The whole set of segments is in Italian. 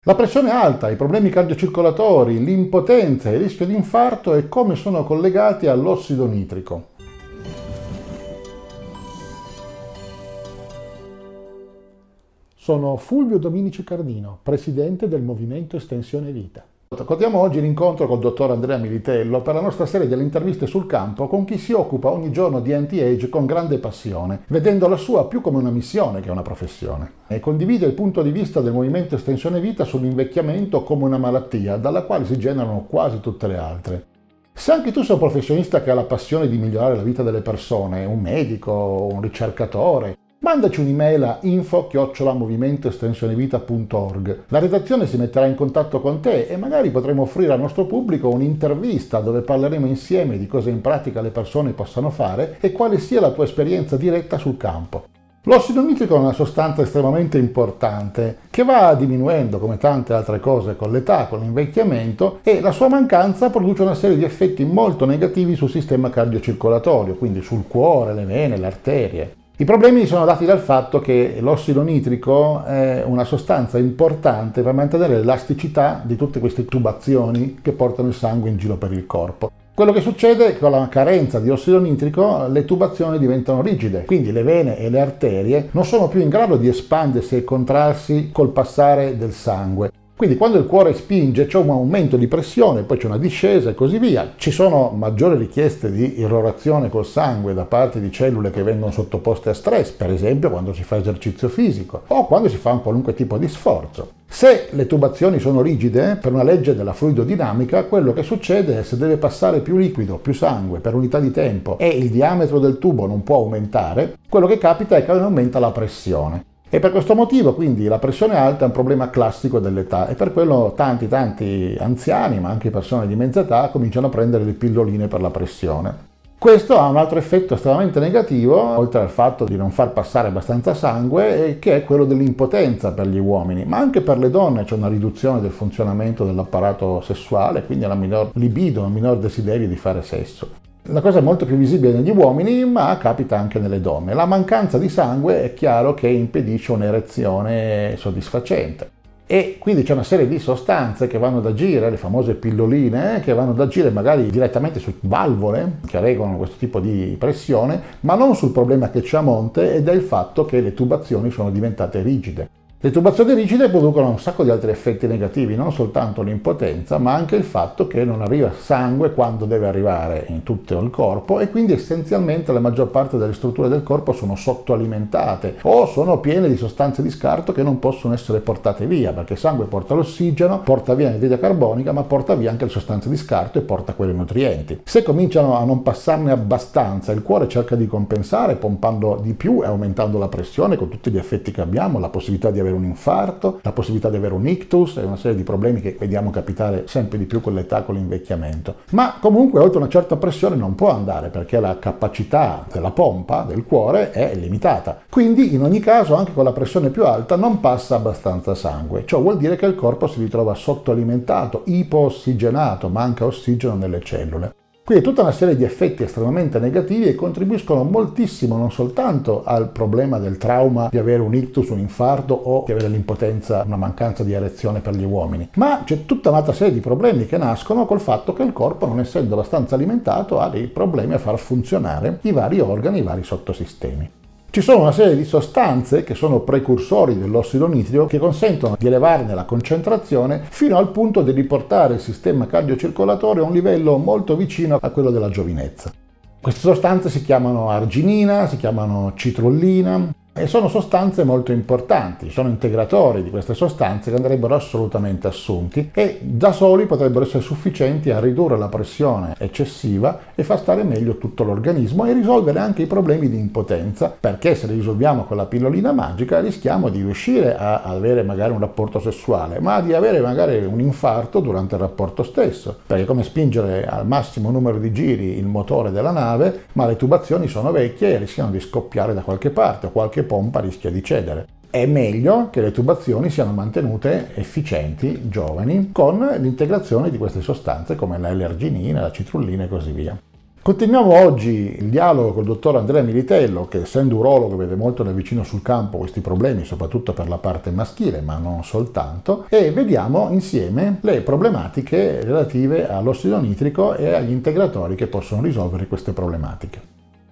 La pressione alta, i problemi cardiocircolatori, l'impotenza e il rischio di infarto e come sono collegati all'ossido nitrico. Sono Fulvio Dominici Cardino, presidente del Movimento Estensione Vita. Contiamo oggi l'incontro col dottor Andrea Militello per la nostra serie delle interviste sul campo con chi si occupa ogni giorno di anti-age con grande passione, vedendo la sua più come una missione che una professione. E condivide il punto di vista del Movimento Estensione Vita sull'invecchiamento come una malattia, dalla quale si generano quasi tutte le altre. Se anche tu sei un professionista che ha la passione di migliorare la vita delle persone, un medico, un ricercatore, mandaci un'email a info@movimento-estensionevita.org. La redazione si metterà in contatto con te e magari potremo offrire al nostro pubblico un'intervista dove parleremo insieme di cosa in pratica le persone possano fare e quale sia la tua esperienza diretta sul campo. L'ossido nitrico è una sostanza estremamente importante che va diminuendo come tante altre cose con l'età, con l'invecchiamento, e la sua mancanza produce una serie di effetti molto negativi sul sistema cardiocircolatorio, quindi sul cuore, le vene, le arterie. I problemi sono dati dal fatto che l'ossido nitrico è una sostanza importante per mantenere l'elasticità di tutte queste tubazioni che portano il sangue in giro per il corpo. Quello che succede è che con la carenza di ossido nitrico le tubazioni diventano rigide, quindi le vene e le arterie non sono più in grado di espandersi e contrarsi col passare del sangue. Quindi quando il cuore spinge c'è un aumento di pressione, poi c'è una discesa e così via. Ci sono maggiori richieste di irrorazione col sangue da parte di cellule che vengono sottoposte a stress, per esempio quando si fa esercizio fisico o quando si fa un qualunque tipo di sforzo. Se le tubazioni sono rigide, per una legge della fluidodinamica, quello che succede è se deve passare più liquido, più sangue per unità di tempo e il diametro del tubo non può aumentare, quello che capita è che aumenta la pressione. E per questo motivo quindi la pressione alta è un problema classico dell'età e per quello tanti anziani, ma anche persone di mezza età, cominciano a prendere le pilloline per la pressione. Questo ha un altro effetto estremamente negativo, oltre al fatto di non far passare abbastanza sangue, che è quello dell'impotenza per gli uomini, ma anche per le donne c'è una riduzione del funzionamento dell'apparato sessuale, quindi una minor libido, un minor desiderio di fare sesso. La cosa è molto più visibile negli uomini, ma capita anche nelle donne. La mancanza di sangue è chiaro che impedisce un'erezione soddisfacente. E quindi c'è una serie di sostanze che vanno ad agire, le famose pilloline, che vanno ad agire magari direttamente su valvole che regolano questo tipo di pressione, ma non sul problema che c'è a monte ed è il fatto che le tubazioni sono diventate rigide. Le tubazioni rigide producono un sacco di altri effetti negativi, non soltanto l'impotenza, ma anche il fatto che non arriva sangue quando deve arrivare in tutto il corpo e quindi essenzialmente la maggior parte delle strutture del corpo sono sottoalimentate o sono piene di sostanze di scarto che non possono essere portate via, perché il sangue porta l'ossigeno, porta via l'anidride carbonica, ma porta via anche le sostanze di scarto e porta quelle nutrienti. Se cominciano a non passarne abbastanza, il cuore cerca di compensare pompando di più e aumentando la pressione con tutti gli effetti che abbiamo, la possibilità di avere un infarto, la possibilità di avere un ictus e una serie di problemi che vediamo capitare sempre di più con l'età, con l'invecchiamento. Ma comunque oltre una certa pressione non può andare perché la capacità della pompa del cuore è limitata. Quindi in ogni caso anche con la pressione più alta non passa abbastanza sangue. Ciò vuol dire che il corpo si ritrova sottoalimentato, ipoossigenato, manca ossigeno nelle cellule. Quindi tutta una serie di effetti estremamente negativi e contribuiscono moltissimo non soltanto al problema del trauma di avere un ictus, un infarto o di avere l'impotenza, una mancanza di erezione per gli uomini, ma c'è tutta un'altra serie di problemi che nascono col fatto che il corpo, non essendo abbastanza alimentato, ha dei problemi a far funzionare i vari organi, i vari sottosistemi. Ci sono una serie di sostanze che sono precursori dell'ossido nitrico che consentono di elevarne la concentrazione fino al punto di riportare il sistema cardiocircolatorio a un livello molto vicino a quello della giovinezza. Queste sostanze si chiamano arginina, si chiamano citrullina e sono sostanze molto importanti, sono integratori di queste sostanze che andrebbero assolutamente assunti e da soli potrebbero essere sufficienti a ridurre la pressione eccessiva e far stare meglio tutto l'organismo e risolvere anche i problemi di impotenza, perché se li risolviamo con la pillolina magica rischiamo di riuscire a avere magari un rapporto sessuale, ma di avere magari un infarto durante il rapporto stesso, perché è come spingere al massimo numero di giri il motore della nave, ma le tubazioni sono vecchie e rischiano di scoppiare da qualche parte o qualche pompa rischia di cedere. È meglio che le tubazioni siano mantenute efficienti, giovani, con l'integrazione di queste sostanze come la L-arginina, la citrullina e così via. Continuiamo oggi il dialogo col dottor Andrea Militello, che essendo urologo vede molto da vicino sul campo questi problemi, soprattutto per la parte maschile, ma non soltanto, e vediamo insieme le problematiche relative all'ossido nitrico e agli integratori che possono risolvere queste problematiche.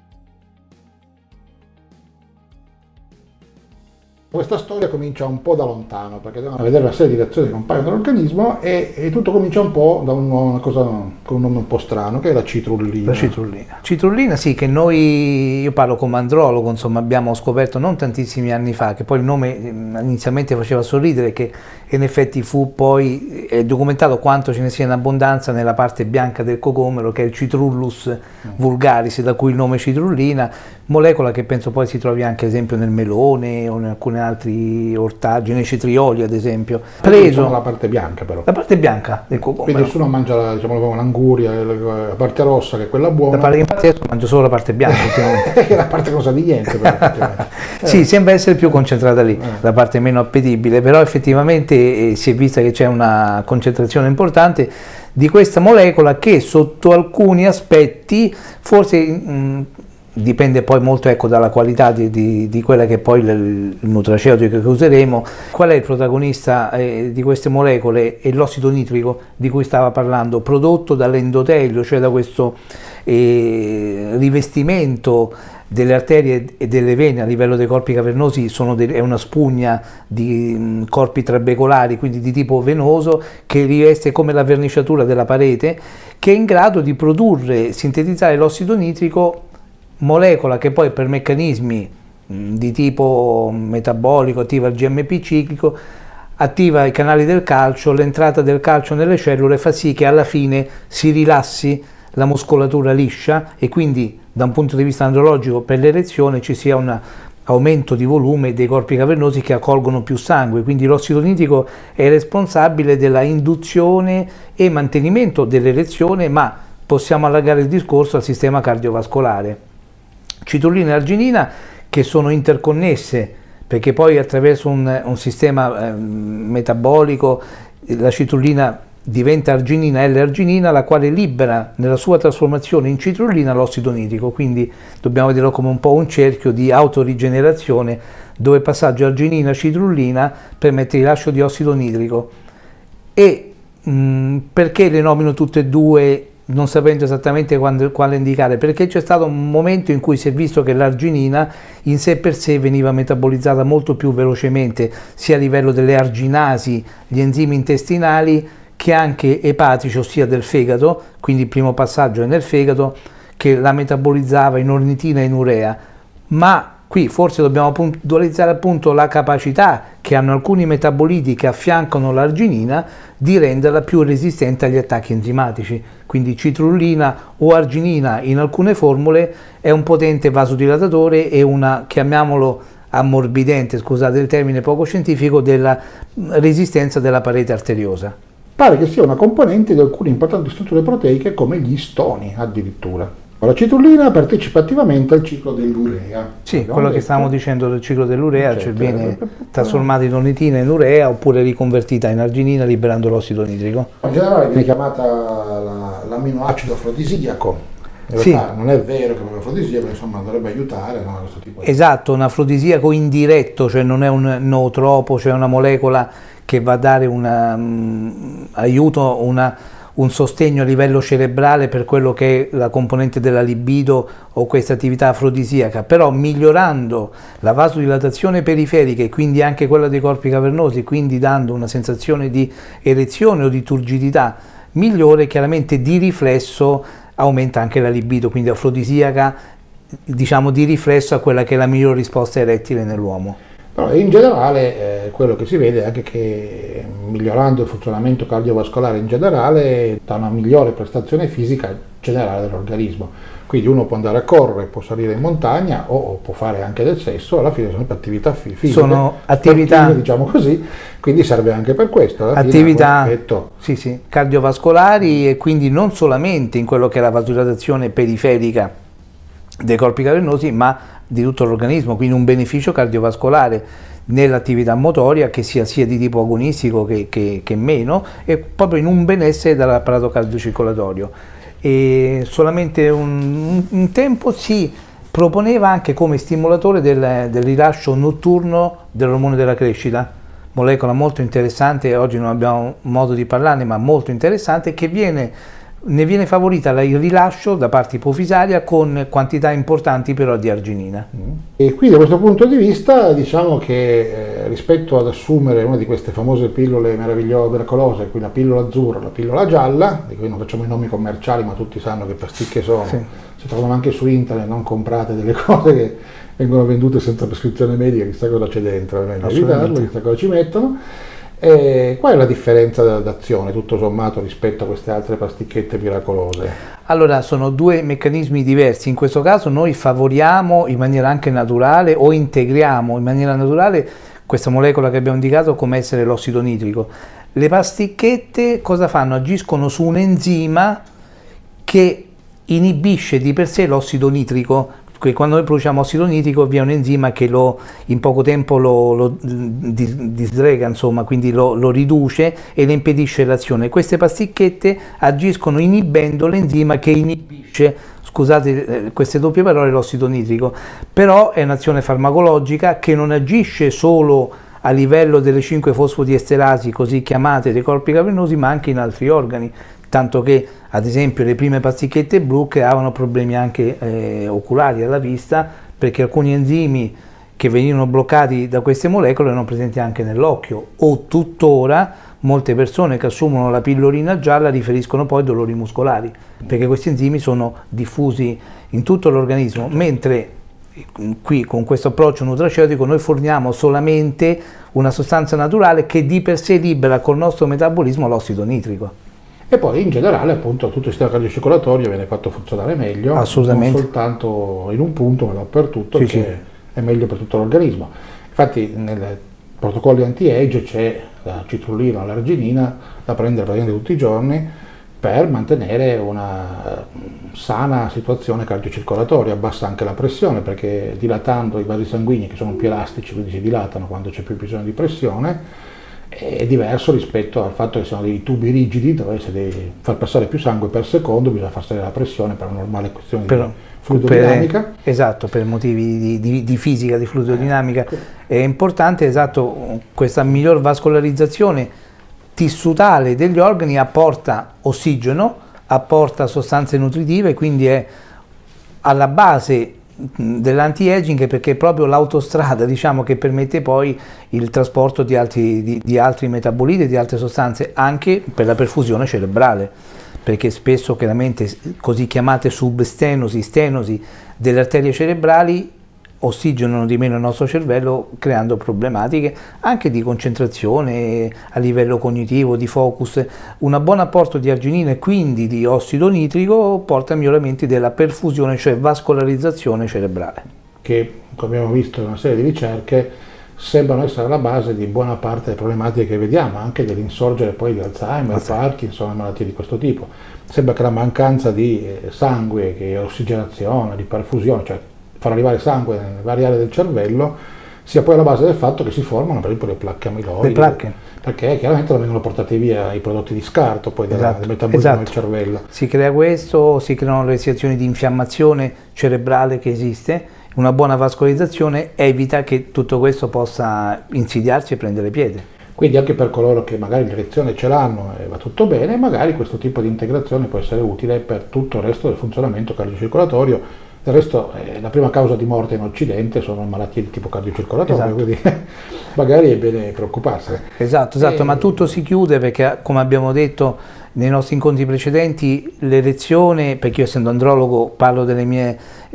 Questa storia comincia un po' da lontano, perché andiamo a vedere una serie di reazioni che compaiono nell'organismo e tutto comincia un po' da una cosa con un nome un po' strano, che è la citrullina. La citrullina. Citrullina sì, che io parlo come andrologo, insomma abbiamo scoperto non tantissimi anni fa, che poi il nome inizialmente faceva sorridere, che in effetti fu poi documentato quanto ce ne sia in abbondanza nella parte bianca del cocomero, che è il Citrullus vulgaris, da cui il nome citrullina, molecola che penso poi si trovi anche ad esempio nel melone o in alcuni altri ortaggi, nei cetrioli ad esempio. Preso la parte bianca però. La parte bianca del cocomero. Quindi nessuno mangia, diciamo, l'anguria, la parte rossa che è quella buona. La parte infatti mangio solo la parte bianca ultimamente. Che la parte cosa di niente però, Sì, sembra essere più concentrata lì, la parte meno appetibile, però effettivamente si è vista che c'è una concentrazione importante di questa molecola che sotto alcuni aspetti forse dipende poi molto, ecco, dalla qualità di quella che è poi il nutraceutico che useremo. Qual è il protagonista di queste molecole? È l'ossido nitrico di cui stava parlando, prodotto dall'endotelio, cioè da questo rivestimento delle arterie e delle vene a livello dei corpi cavernosi. È una spugna di corpi trabecolari, quindi di tipo venoso, che riveste come la verniciatura della parete, che è in grado di produrre, sintetizzare l'ossido nitrico, molecola che poi per meccanismi di tipo metabolico attiva il GMP ciclico, attiva i canali del calcio, l'entrata del calcio nelle cellule fa sì che alla fine si rilassi la muscolatura liscia e quindi da un punto di vista andrologico per l'erezione ci sia un aumento di volume dei corpi cavernosi che accolgono più sangue. Quindi l'ossido nitrico è responsabile della induzione e mantenimento dell'erezione, ma possiamo allargare il discorso al sistema cardiovascolare. Citrullina e arginina che sono interconnesse, perché poi attraverso un sistema metabolico la citrullina diventa arginina, L-arginina, la quale libera nella sua trasformazione in citrullina l'ossido nitrico, quindi dobbiamo vederlo come un po' un cerchio di autorigenerazione dove passaggio arginina-citrullina permette il rilascio di ossido nitrico. E perché le nomino tutte e due non sapendo esattamente quale indicare? Perché c'è stato un momento in cui si è visto che l'arginina in sé per sé veniva metabolizzata molto più velocemente, sia a livello delle arginasi, gli enzimi intestinali, che anche epatici, ossia del fegato, quindi il primo passaggio è nel fegato, che la metabolizzava in ornitina e in urea. Ma qui forse dobbiamo puntualizzare appunto la capacità che hanno alcuni metaboliti che affiancano l'arginina di renderla più resistente agli attacchi enzimatici. Quindi citrullina o arginina in alcune formule è un potente vasodilatatore e una, chiamiamolo ammorbidente, scusate il termine poco scientifico, della resistenza della parete arteriosa. Pare che sia una componente di alcune importanti strutture proteiche come gli istoni addirittura. La citrullina partecipa attivamente al ciclo dell'urea. Sì, quello che stavamo dicendo del ciclo dell'urea, cioè viene trasformata in ornitina in urea oppure riconvertita in arginina liberando l'ossido nitrico. In generale viene chiamata l'amminoacido afrodisiaco. In realtà non è vero che è un afrodisiaco, insomma dovrebbe aiutare, no, questo tipo di... Esatto, un afrodisiaco indiretto, cioè non è un nootropo, cioè una molecola che va a dare un aiuto, un sostegno a livello cerebrale per quello che è la componente della libido o questa attività afrodisiaca, però migliorando la vasodilatazione periferica e quindi anche quella dei corpi cavernosi, quindi dando una sensazione di erezione o di turgidità migliore, chiaramente di riflesso aumenta anche la libido, quindi afrodisiaca, diciamo di riflesso a quella che è la miglior risposta erettile nell'uomo. Però in generale quello che si vede è anche che migliorando il funzionamento cardiovascolare in generale dà una migliore prestazione fisica generale dell'organismo. Quindi uno può andare a correre, può salire in montagna o può fare anche del sesso, alla fine sono attività fisiche, sono attività sportive, diciamo così, quindi serve anche per questo. Attività sì, cardiovascolari e quindi non solamente in quello che è la vasodilatazione periferica dei corpi cavernosi, ma di tutto l'organismo, quindi un beneficio cardiovascolare nell'attività motoria che sia di tipo agonistico che meno, e proprio in un benessere dall'apparato cardiocircolatorio. e solamente un tempo si proponeva anche come stimolatore del rilascio notturno dell'ormone della crescita, molecola molto interessante, oggi non abbiamo modo di parlarne, ma molto interessante, che ne viene favorita il rilascio da parte ipofisaria con quantità importanti però di arginina. E quindi da questo punto di vista diciamo che rispetto ad assumere una di queste famose pillole meravigliose, miracolose, qui la pillola azzurra, la pillola gialla, di cui non facciamo i nomi commerciali ma tutti sanno che pasticche sono, sì. Si trovano anche su internet, non comprate delle cose che vengono vendute senza prescrizione medica, chissà cosa c'è dentro, è meglio evitarlo, chissà cosa ci mettono. E qual è la differenza d'azione tutto sommato rispetto a queste altre pasticchette miracolose? Allora sono due meccanismi diversi, in questo caso noi favoriamo in maniera anche naturale o integriamo in maniera naturale questa molecola che abbiamo indicato come essere l'ossido nitrico. Le pasticchette cosa fanno? Agiscono su un enzima che inibisce di per sé l'ossido nitrico. Quando noi produciamo ossido nitrico vi è un enzima che in poco tempo lo disgrega, insomma, quindi lo riduce e ne impedisce l'azione. Queste pasticchette agiscono inibendo l'enzima che inibisce, scusate queste doppie parole, l'ossido nitrico, però è un'azione farmacologica che non agisce solo a livello delle 5-fosfodiesterasi così chiamate dei corpi cavernosi, ma anche in altri organi. Tanto che ad esempio le prime pasticchette blu creavano problemi anche oculari alla vista, perché alcuni enzimi che venivano bloccati da queste molecole erano presenti anche nell'occhio, o tuttora molte persone che assumono la pillolina gialla riferiscono poi dolori muscolari, perché questi enzimi sono diffusi in tutto l'organismo, mentre qui con questo approccio nutraceutico noi forniamo solamente una sostanza naturale che di per sé libera col nostro metabolismo l'ossido nitrico. E poi in generale appunto tutto il sistema cardiocircolatorio viene fatto funzionare meglio, non soltanto in un punto ma dappertutto, sì, che è meglio per tutto l'organismo. Infatti nei protocolli anti-age c'è la citrullina o l'arginina da prendere praticamente tutti i giorni per mantenere una sana situazione cardiocircolatoria, abbassa anche la pressione perché dilatando i vasi sanguigni che sono più elastici, quindi si dilatano quando c'è più bisogno di pressione, è diverso rispetto al fatto che siano dei tubi rigidi dove se devi far passare più sangue per secondo bisogna far salire la pressione per una normale questione di fluidodinamica. Esatto, per motivi di fisica, di fluidodinamica. È importante, esatto, questa miglior vascolarizzazione tissutale degli organi apporta ossigeno, apporta sostanze nutritive, quindi è alla base dell'anti-aging perché è proprio l'autostrada, diciamo, che permette poi il trasporto di altri metaboliti e di altre sostanze anche per la perfusione cerebrale, perché spesso chiaramente così chiamate substenosi, stenosi delle arterie cerebrali ossigenano di meno il nostro cervello creando problematiche anche di concentrazione a livello cognitivo, di focus. Un buon apporto di arginina e quindi di ossido nitrico porta a miglioramenti della perfusione, cioè vascolarizzazione cerebrale. Che, come abbiamo visto in una serie di ricerche, sembrano essere alla base di buona parte delle problematiche che vediamo, anche dell'insorgere poi di Alzheimer, Parkinson e malattie di questo tipo. Sembra che la mancanza di sangue, che ossigenazione, di perfusione, cioè far arrivare sangue nelle varie aree del cervello, sia poi alla base del fatto che si formano per esempio le placche amiloidi, perché chiaramente non vengono portati via i prodotti di scarto poi del metabolismo del cervello. Si crea questo, si creano le situazioni di infiammazione cerebrale che esiste, una buona vascolarizzazione evita che tutto questo possa insidiarsi e prendere piede. Quindi anche per coloro che magari l'erezione ce l'hanno e va tutto bene, magari questo tipo di integrazione può essere utile per tutto il resto del funzionamento cardiocircolatorio. Del resto la prima causa di morte in Occidente sono malattie di tipo cardiocircolatorio, quindi magari è bene preoccuparsene. Esatto, ma tutto si chiude perché, come abbiamo detto nei nostri incontri precedenti, l'erezione, perché io essendo andrologo parlo delle mie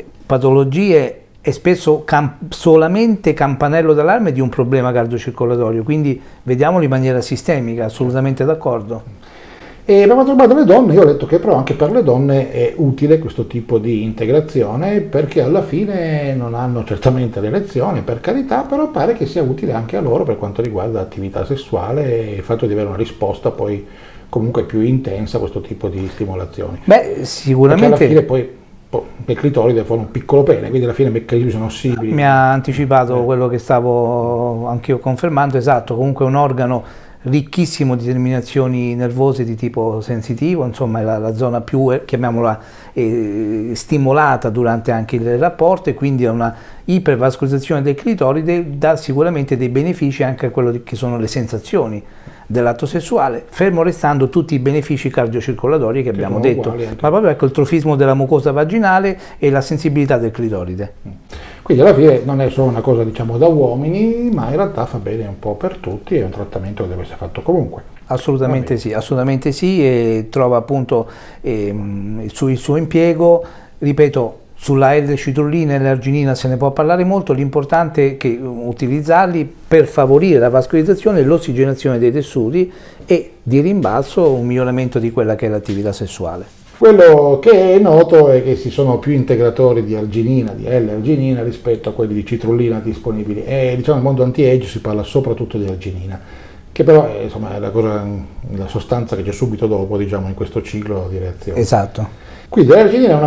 patologie, è spesso solamente campanello d'allarme di un problema cardiocircolatorio, quindi vediamolo in maniera sistemica, assolutamente d'accordo. E per quanto riguarda le donne, io ho detto che però anche per le donne è utile questo tipo di integrazione, perché alla fine non hanno certamente l'erezione, per carità, però pare che sia utile anche a loro per quanto riguarda l'attività sessuale e il fatto di avere una risposta poi comunque più intensa a questo tipo di stimolazioni. Beh, sicuramente. Perché alla fine poi il clitoride fa un piccolo pene, quindi alla fine i meccanismi sono simili. Mi ha anticipato quello che stavo anch'io confermando, esatto, comunque è un organo ricchissimo di terminazioni nervose di tipo sensitivo, insomma è la zona più, chiamiamola, stimolata durante anche il rapporto, e quindi una ipervascolarizzazione del clitoride dà sicuramente dei benefici anche a quello che sono le sensazioni dell'atto sessuale, fermo restando tutti i benefici cardiocircolatori che abbiamo detto, ma proprio ecco il trofismo della mucosa vaginale e la sensibilità del clitoride. Quindi alla fine non è solo una cosa diciamo da uomini, ma in realtà fa bene un po' per tutti, è un trattamento che deve essere fatto comunque. Assolutamente sì, e trova appunto il suo impiego, ripeto. Sulla L-citrulline e l'L-arginina se ne può parlare molto, l'importante è che utilizzarli per favorire la vascolarizzazione e l'ossigenazione dei tessuti e di rimbalzo un miglioramento di quella che è l'attività sessuale. Quello che è noto è che ci sono più integratori di arginina, di L-arginina rispetto a quelli di citrullina disponibili, e diciamo nel mondo anti-age si parla soprattutto di arginina, che però è, insomma, è la sostanza che c'è subito dopo, diciamo, in questo ciclo di reazione. Esatto. Quindi l'arginina è un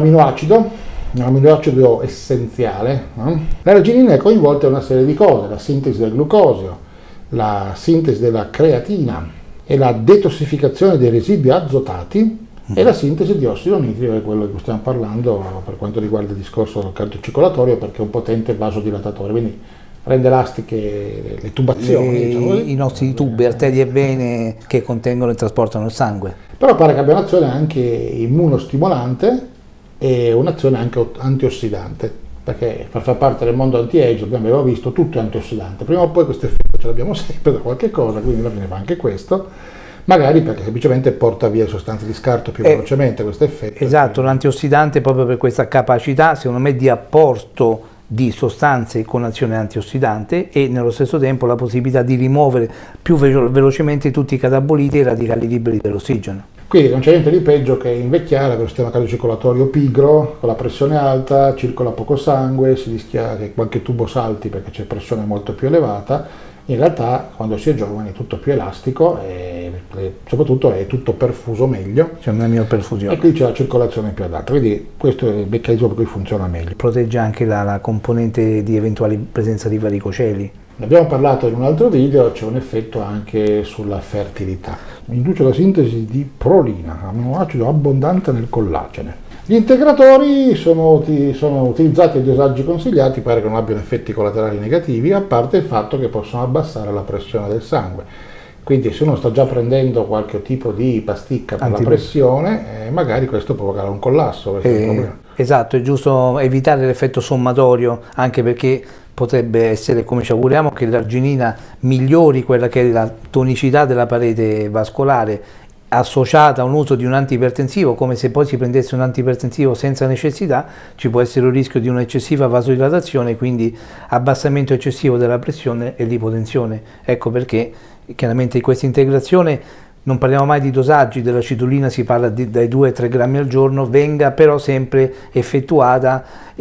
amminoacido essenziale. L'arginina è coinvolta in una serie di cose: la sintesi del glucosio, la sintesi della creatina e la detossificazione dei residui azotati e la sintesi di ossido nitrico, che è quello di cui stiamo parlando per quanto riguarda il discorso cardiocircolatorio, perché è un potente vasodilatatore, quindi rende elastiche le tubazioni, diciamo così. I nostri tubi, arterie e vene che contengono e trasportano il sangue. Però pare che abbia un'azione anche immunostimolante e un'azione anche antiossidante, perché per far parte del mondo anti-age, abbiamo visto, tutto è antiossidante, prima o poi questo effetto ce l'abbiamo sempre da qualche cosa, quindi va bene anche questo, magari perché semplicemente porta via sostanze di scarto più velocemente questo effetto. Esatto, l'antiossidante proprio per questa capacità, secondo me, di apporto di sostanze con azione antiossidante e nello stesso tempo la possibilità di rimuovere più velocemente tutti i cataboliti e i radicali liberi dell'ossigeno. Quindi non c'è niente di peggio che invecchiare per un sistema cardiocircolatorio pigro, con la pressione alta, circola poco sangue, si rischia che qualche tubo salti perché c'è pressione molto più elevata. In realtà quando si è giovani è tutto più elastico e soprattutto è tutto perfuso meglio. C'è una mia perfusione. E qui c'è la circolazione più adatta, quindi questo è il meccanismo per cui funziona meglio. Protegge anche la componente di eventuali presenza di varicoceli. Ne abbiamo parlato in un altro video, c'è un effetto anche sulla fertilità. Induce la sintesi di prolina, amminoacido abbondante nel collagene. Gli integratori sono utilizzati ai dosaggi consigliati, pare che non abbiano effetti collaterali negativi, a parte il fatto che possono abbassare la pressione del sangue. Quindi se uno sta già prendendo qualche tipo di pasticca per la pressione, magari questo provocherà un collasso. Questo è il problema. Esatto, è giusto evitare l'effetto sommatorio, anche perché potrebbe essere, come ci auguriamo, che l'arginina migliori quella che è la tonicità della parete vascolare associata a un uso di un antiipertensivo, come se poi si prendesse un antiipertensivo senza necessità, ci può essere il rischio di un'eccessiva vasodilatazione, quindi abbassamento eccessivo della pressione e l'ipotensione. Ecco perché chiaramente in questa integrazione non parliamo mai di dosaggi, della citrullina si parla dai 2 ai 3 grammi al giorno, venga però sempre effettuata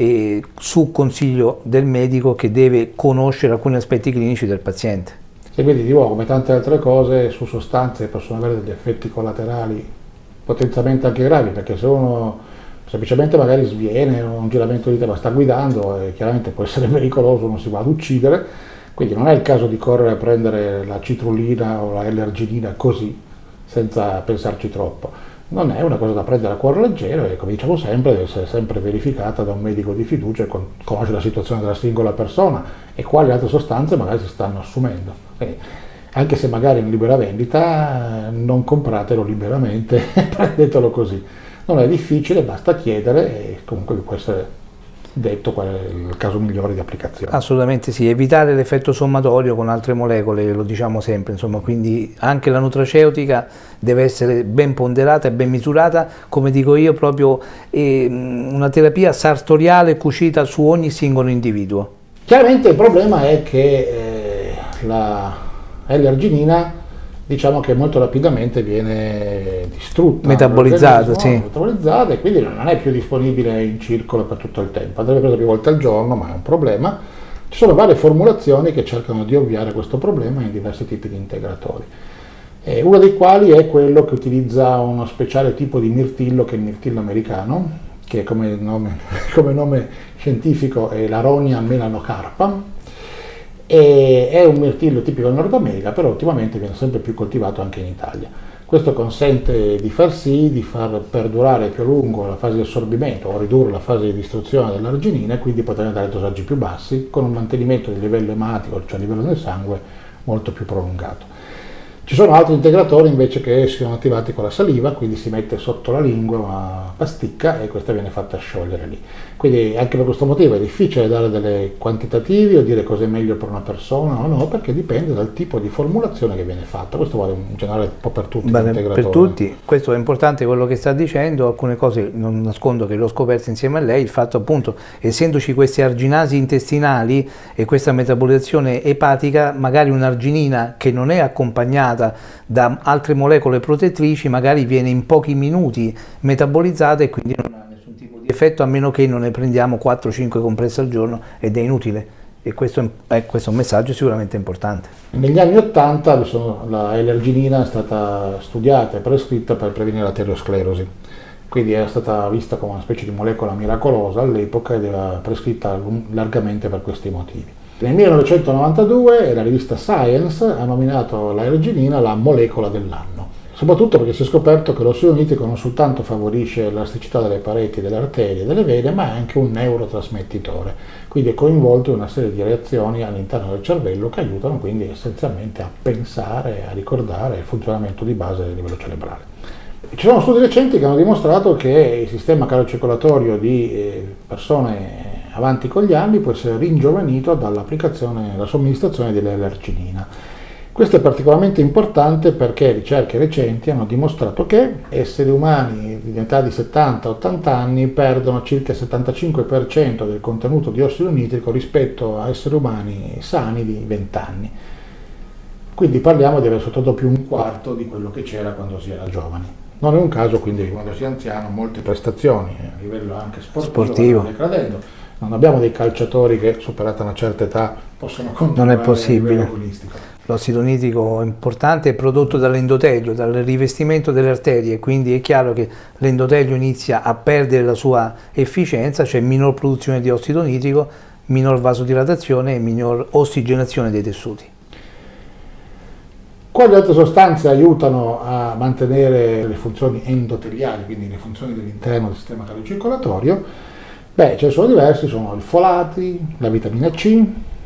su consiglio del medico che deve conoscere alcuni aspetti clinici del paziente. E quindi di nuovo, come tante altre cose, su sostanze possono avere degli effetti collaterali potenzialmente anche gravi, perché se uno semplicemente magari sviene o un giramento di testa, sta guidando, chiaramente può essere pericoloso, uno si va ad uccidere, quindi non è il caso di correre a prendere la citrullina o la L-arginina così, senza pensarci troppo. Non è una cosa da prendere a cuore leggero e, come diciamo sempre, deve essere sempre verificata da un medico di fiducia che conosce la situazione della singola persona e quali altre sostanze magari si stanno assumendo. Quindi, anche se magari in libera vendita, non compratelo liberamente, prendetelo così. Non è difficile, basta chiedere e comunque può essere detto qual è il caso migliore di applicazione. Assolutamente sì, evitare l'effetto sommatorio con altre molecole, lo diciamo sempre, insomma, quindi anche la nutraceutica deve essere ben ponderata e ben misurata, come dico io, proprio una terapia sartoriale cucita su ogni singolo individuo. Chiaramente il problema è che la L-arginina diciamo che molto rapidamente viene distrutta, metabolizzata, sì. Metabolizzata, e quindi non è più disponibile in circolo per tutto il tempo, andrebbe presa più volte al giorno, ma è un problema. Ci sono varie formulazioni che cercano di ovviare questo problema in diversi tipi di integratori. Uno dei quali è quello che utilizza uno speciale tipo di mirtillo, che è il mirtillo americano, che come nome scientifico è l'Aronia melanocarpa, È un mirtillo tipico del Nord America, però ultimamente viene sempre più coltivato anche in Italia. Questo consente di far sì, di far perdurare più a lungo la fase di assorbimento o ridurre la fase di distruzione dell'arginina e quindi poter dare dosaggi più bassi con un mantenimento di livello ematico, cioè a livello del sangue, molto più prolungato. Ci sono altri integratori invece che sono attivati con la saliva, quindi si mette sotto la lingua una pasticca e questa viene fatta sciogliere lì. Quindi anche per questo motivo è difficile dare delle quantitativi o dire cosa è meglio per una persona o no, perché dipende dal tipo di formulazione che viene fatta. Questo vale in generale un po' per tutti gli integratori. Per tutti, questo è importante quello che sta dicendo, alcune cose non nascondo che l'ho scoperto insieme a lei, il fatto appunto, essendoci queste arginasi intestinali e questa metabolizzazione epatica, magari un'arginina che non è accompagnata da altre molecole protettrici magari viene in pochi minuti metabolizzata e quindi non ha nessun tipo di effetto, a meno che non ne prendiamo 4-5 compresse al giorno ed è inutile. E questo è un messaggio sicuramente importante. Negli anni 80 l'arginina è stata studiata e prescritta per prevenire l'arteriosclerosi, quindi era stata vista come una specie di molecola miracolosa all'epoca ed era prescritta largamente per questi motivi. Nel 1992 la rivista Science ha nominato l'arginina la molecola dell'anno, soprattutto perché si è scoperto che l'ossido nitrico non soltanto favorisce l'elasticità delle pareti, delle arterie e delle vene, ma è anche un neurotrasmettitore, quindi è coinvolto in una serie di reazioni all'interno del cervello che aiutano quindi essenzialmente a pensare, a ricordare il funzionamento di base a livello cerebrale. Ci sono studi recenti che hanno dimostrato che il sistema cardiocircolatorio di persone avanti con gli anni può essere ringiovanito dall'applicazione, dalla somministrazione dell'arginina. Questo è particolarmente importante perché ricerche recenti hanno dimostrato che esseri umani di età di 70-80 anni perdono circa il 75% del contenuto di ossido nitrico rispetto a esseri umani sani di 20 anni. Quindi parliamo di aver soltanto più un quarto di quello che c'era quando si era giovani. Non è un caso quindi che quando si è anziano molte prestazioni a livello anche sportivo vanno decadendo. Non abbiamo dei calciatori che superata una certa età possono continuare. Non è possibile. L'ossido nitrico è importante, è prodotto dall'endotelio, dal rivestimento delle arterie, quindi è chiaro che l'endotelio inizia a perdere la sua efficienza, c'è minor produzione di ossido nitrico, minor vasodilatazione e minor ossigenazione dei tessuti. Quali altre sostanze aiutano a mantenere le funzioni endoteliali, quindi le funzioni dell'interno del sistema cardiocircolatorio? Beh, ce ne sono diversi, sono i folati, la vitamina C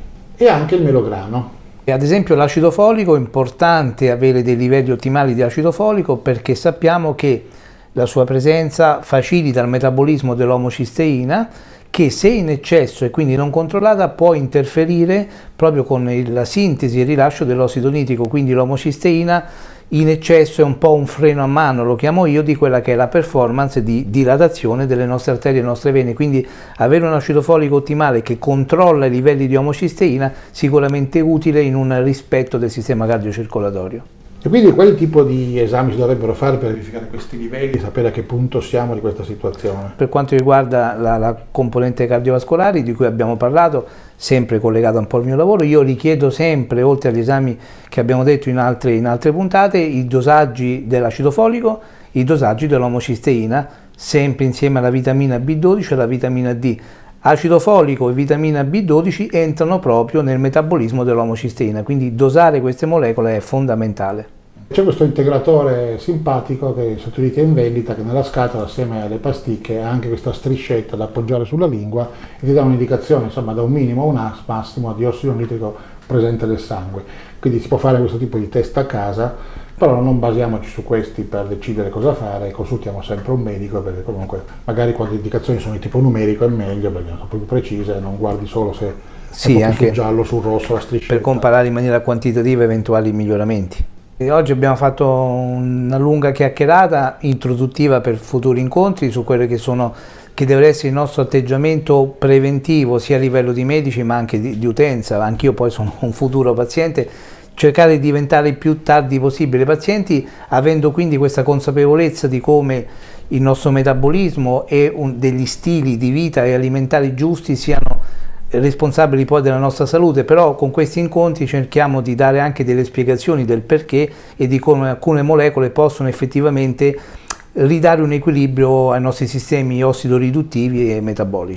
e anche il melograno. E ad esempio l'acido folico, è importante avere dei livelli ottimali di acido folico perché sappiamo che la sua presenza facilita il metabolismo dell'omocisteina che se in eccesso e quindi non controllata può interferire proprio con la sintesi e il rilascio dell'ossido nitrico, quindi l'omocisteina in eccesso è un po' un freno a mano, lo chiamo io, di quella che è la performance di dilatazione delle nostre arterie e delle nostre vene, quindi avere un acido folico ottimale che controlla i livelli di omocisteina sicuramente utile in un rispetto del sistema cardiocircolatorio. E quindi quali tipo di esami si dovrebbero fare per verificare questi livelli e sapere a che punto siamo di questa situazione? Per quanto riguarda la componente cardiovascolare di cui abbiamo parlato, sempre collegata un po' al mio lavoro, io richiedo sempre, oltre agli esami che abbiamo detto in altre puntate, i dosaggi dell'acido folico, i dosaggi dell'omocisteina, sempre insieme alla vitamina B12 e alla vitamina D. Acido folico e vitamina B12 entrano proprio nel metabolismo dell'omocisteina, quindi dosare queste molecole è fondamentale. C'è questo integratore simpatico che è sottolinea in vendita, che nella scatola assieme alle pasticche ha anche questa striscetta da appoggiare sulla lingua e ti dà un'indicazione, insomma, da un minimo a un massimo di ossido nitrico presente nel sangue. Quindi si può fare questo tipo di test a casa, però non basiamoci su questi per decidere cosa fare, consultiamo sempre un medico, perché comunque magari quando le indicazioni sono di tipo numerico è meglio, perché sono più precise, non guardi solo se è anche sul giallo, sul rosso, la striscetta. Per comparare in maniera quantitativa eventuali miglioramenti. E oggi abbiamo fatto una lunga chiacchierata introduttiva per futuri incontri su quello che deve essere il nostro atteggiamento preventivo sia a livello di medici ma anche di utenza. Anch'io poi sono un futuro paziente, cercare di diventare il più tardi possibile pazienti, avendo quindi questa consapevolezza di come il nostro metabolismo e degli stili di vita e alimentari giusti siano responsabili poi della nostra salute, però con questi incontri cerchiamo di dare anche delle spiegazioni del perché e di come alcune molecole possono effettivamente ridare un equilibrio ai nostri sistemi ossidoriduttivi e metabolici.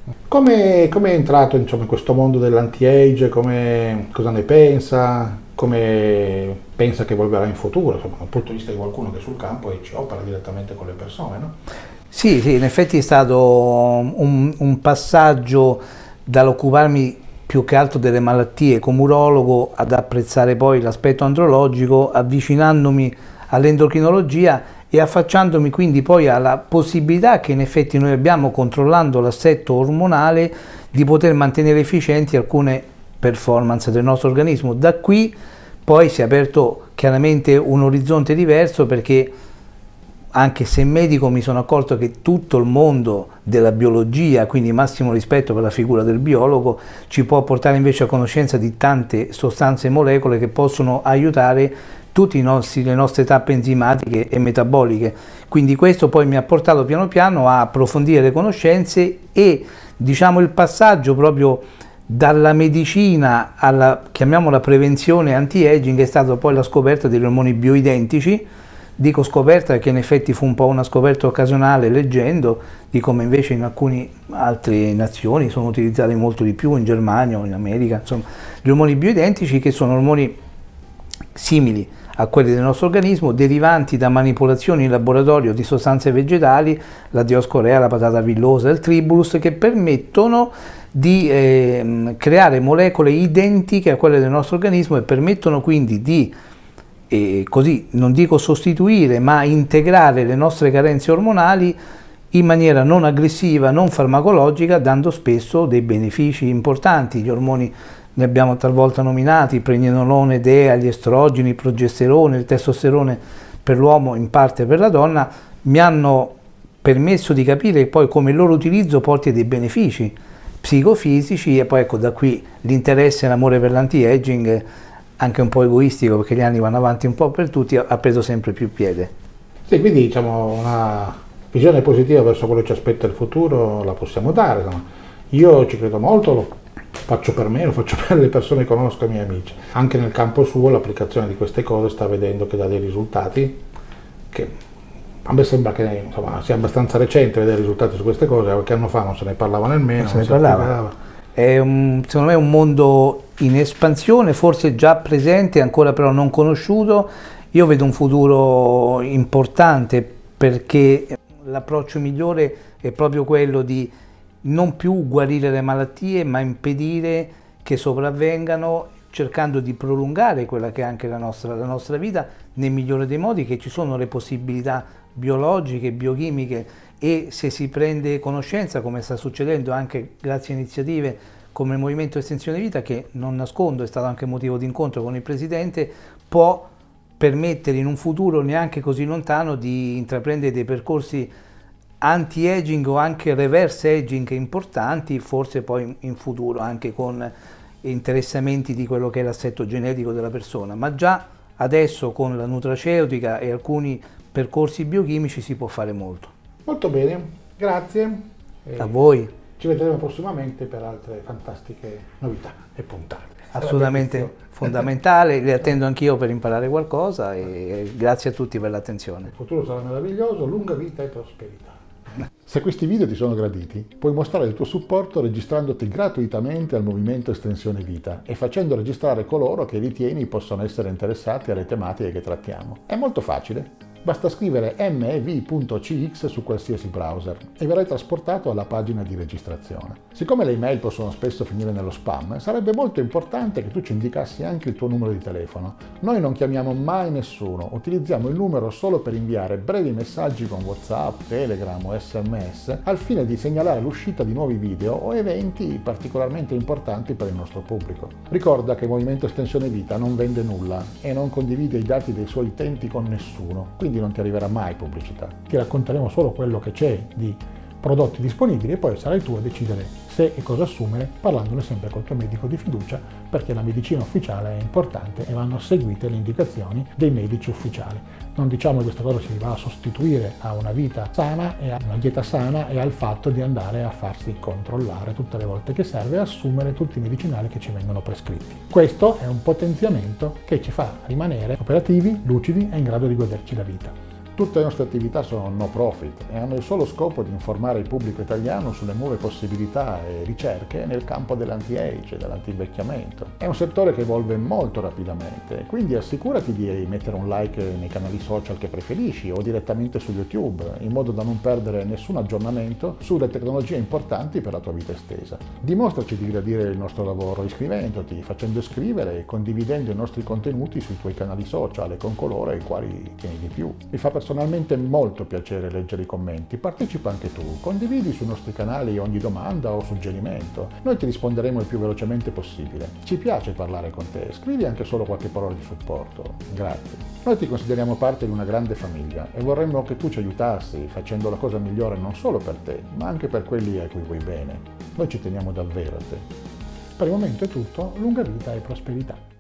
Come è entrato insomma, in questo mondo dell'anti-age? Cosa ne pensa? Come pensa che evolverà in futuro, insomma, dal punto di vista di qualcuno che è sul campo e ci opera direttamente con le persone, no? Sì, in effetti è stato un passaggio dall'occuparmi più che altro delle malattie come urologo ad apprezzare poi l'aspetto andrologico, avvicinandomi all'endocrinologia e affacciandomi quindi poi alla possibilità che in effetti noi abbiamo, controllando l'assetto ormonale, di poter mantenere efficienti alcune performance del nostro organismo. Da qui poi si è aperto chiaramente un orizzonte diverso, perché anche se medico mi sono accorto che tutto il mondo della biologia, quindi massimo rispetto per la figura del biologo, ci può portare invece a conoscenza di tante sostanze e molecole che possono aiutare tutte le nostre tappe enzimatiche e metaboliche. Quindi questo poi mi ha portato piano piano a approfondire le conoscenze e diciamo il passaggio proprio dalla medicina alla, chiamiamola, prevenzione anti-aging, è stata poi la scoperta degli ormoni bioidentici. Dico scoperta perché in effetti fu un po' una scoperta occasionale leggendo di come invece in alcune altre nazioni sono utilizzati molto di più, in Germania o in America, insomma, gli ormoni bioidentici, che sono ormoni simili a quelli del nostro organismo, derivanti da manipolazioni in laboratorio di sostanze vegetali, la dioscorea, la patata villosa, il tribulus, che permettono di creare molecole identiche a quelle del nostro organismo e permettono quindi di così, non dico sostituire, ma integrare le nostre carenze ormonali in maniera non aggressiva, non farmacologica, dando spesso dei benefici importanti. Gli ormoni ne abbiamo talvolta nominati: pregnenolone, DEA, gli estrogeni, il progesterone, il testosterone per l'uomo, in parte per la donna, mi hanno permesso di capire poi come il loro utilizzo porti a dei benefici psicofisici, e poi ecco, da qui l'interesse e l'amore per l'anti-aging, anche un po' egoistico perché gli anni vanno avanti un po' per tutti, ha preso sempre più piede. Sì, quindi diciamo una visione positiva verso quello che ci aspetta il futuro la possiamo dare, insomma. Io ci credo molto, lo faccio per me, lo faccio per le persone che conosco, i miei amici. Anche nel campo suo l'applicazione di queste cose sta vedendo che dà dei risultati che a me sembra che insomma, sia abbastanza recente vedere risultati su queste cose. Qualche anno fa non se ne parlava nemmeno. Non se ne parlava. È secondo me un mondo in espansione, forse già presente, ancora però non conosciuto. Io vedo un futuro importante, perché l'approccio migliore è proprio quello di non più guarire le malattie, ma impedire che sopravvengano, cercando di prolungare quella che è anche la nostra vita nel migliore dei modi, che ci sono le possibilità biologiche, biochimiche, e se si prende conoscenza, come sta succedendo anche grazie a iniziative come il Movimento Estensione Vita, che non nascondo è stato anche motivo di incontro con il Presidente, può permettere in un futuro neanche così lontano di intraprendere dei percorsi anti-aging o anche reverse aging importanti, forse poi in futuro anche con interessamenti di quello che è l'assetto genetico della persona, ma già adesso con la nutraceutica e alcuni percorsi biochimici si può fare molto. Molto bene, grazie. A voi. Ci vedremo prossimamente per altre fantastiche novità e puntate. Assolutamente fondamentale, le attendo anch'io per imparare qualcosa, e grazie a tutti per l'attenzione. Il futuro sarà meraviglioso, lunga vita e prosperità. Se questi video ti sono graditi, puoi mostrare il tuo supporto registrandoti gratuitamente al Movimento Estensione Vita e facendo registrare coloro che ritieni possano essere interessati alle tematiche che trattiamo. È molto facile. Basta scrivere mev.cx su qualsiasi browser e verrai trasportato alla pagina di registrazione. Siccome le email possono spesso finire nello spam, sarebbe molto importante che tu ci indicassi anche il tuo numero di telefono. Noi non chiamiamo mai nessuno, utilizziamo il numero solo per inviare brevi messaggi con WhatsApp, Telegram o SMS, al fine di segnalare l'uscita di nuovi video o eventi particolarmente importanti per il nostro pubblico. Ricorda che il Movimento Estensione Vita non vende nulla e non condivide i dati dei suoi utenti con nessuno, quindi non ti arriverà mai pubblicità. Ti racconteremo solo quello che c'è di prodotti disponibili e poi sarai tu a decidere se e cosa assumere, parlandone sempre col tuo medico di fiducia, perché la medicina ufficiale è importante e vanno seguite le indicazioni dei medici ufficiali. Non diciamo che questa cosa si va a sostituire a una vita sana e a una dieta sana e al fatto di andare a farsi controllare tutte le volte che serve e assumere tutti i medicinali che ci vengono prescritti. Questo è un potenziamento che ci fa rimanere operativi, lucidi e in grado di goderci la vita. Tutte le nostre attività sono no profit e hanno il solo scopo di informare il pubblico italiano sulle nuove possibilità e ricerche nel campo dell'anti-age e dell'antivecchiamento. È un settore che evolve molto rapidamente, quindi assicurati di mettere un like nei canali social che preferisci o direttamente su YouTube, in modo da non perdere nessun aggiornamento sulle tecnologie importanti per la tua vita estesa. Dimostraci di gradire il nostro lavoro iscrivendoti, facendo iscrivere e condividendo i nostri contenuti sui tuoi canali social e con coloro ai quali tieni di più. Mi fa personalmente molto piacere leggere i commenti, partecipa anche tu, condividi sui nostri canali ogni domanda o suggerimento, noi ti risponderemo il più velocemente possibile. Ci piace parlare con te, scrivi anche solo qualche parola di supporto, grazie. Noi ti consideriamo parte di una grande famiglia e vorremmo che tu ci aiutassi facendo la cosa migliore non solo per te, ma anche per quelli a cui vuoi bene. Noi ci teniamo davvero a te. Per il momento è tutto, lunga vita e prosperità.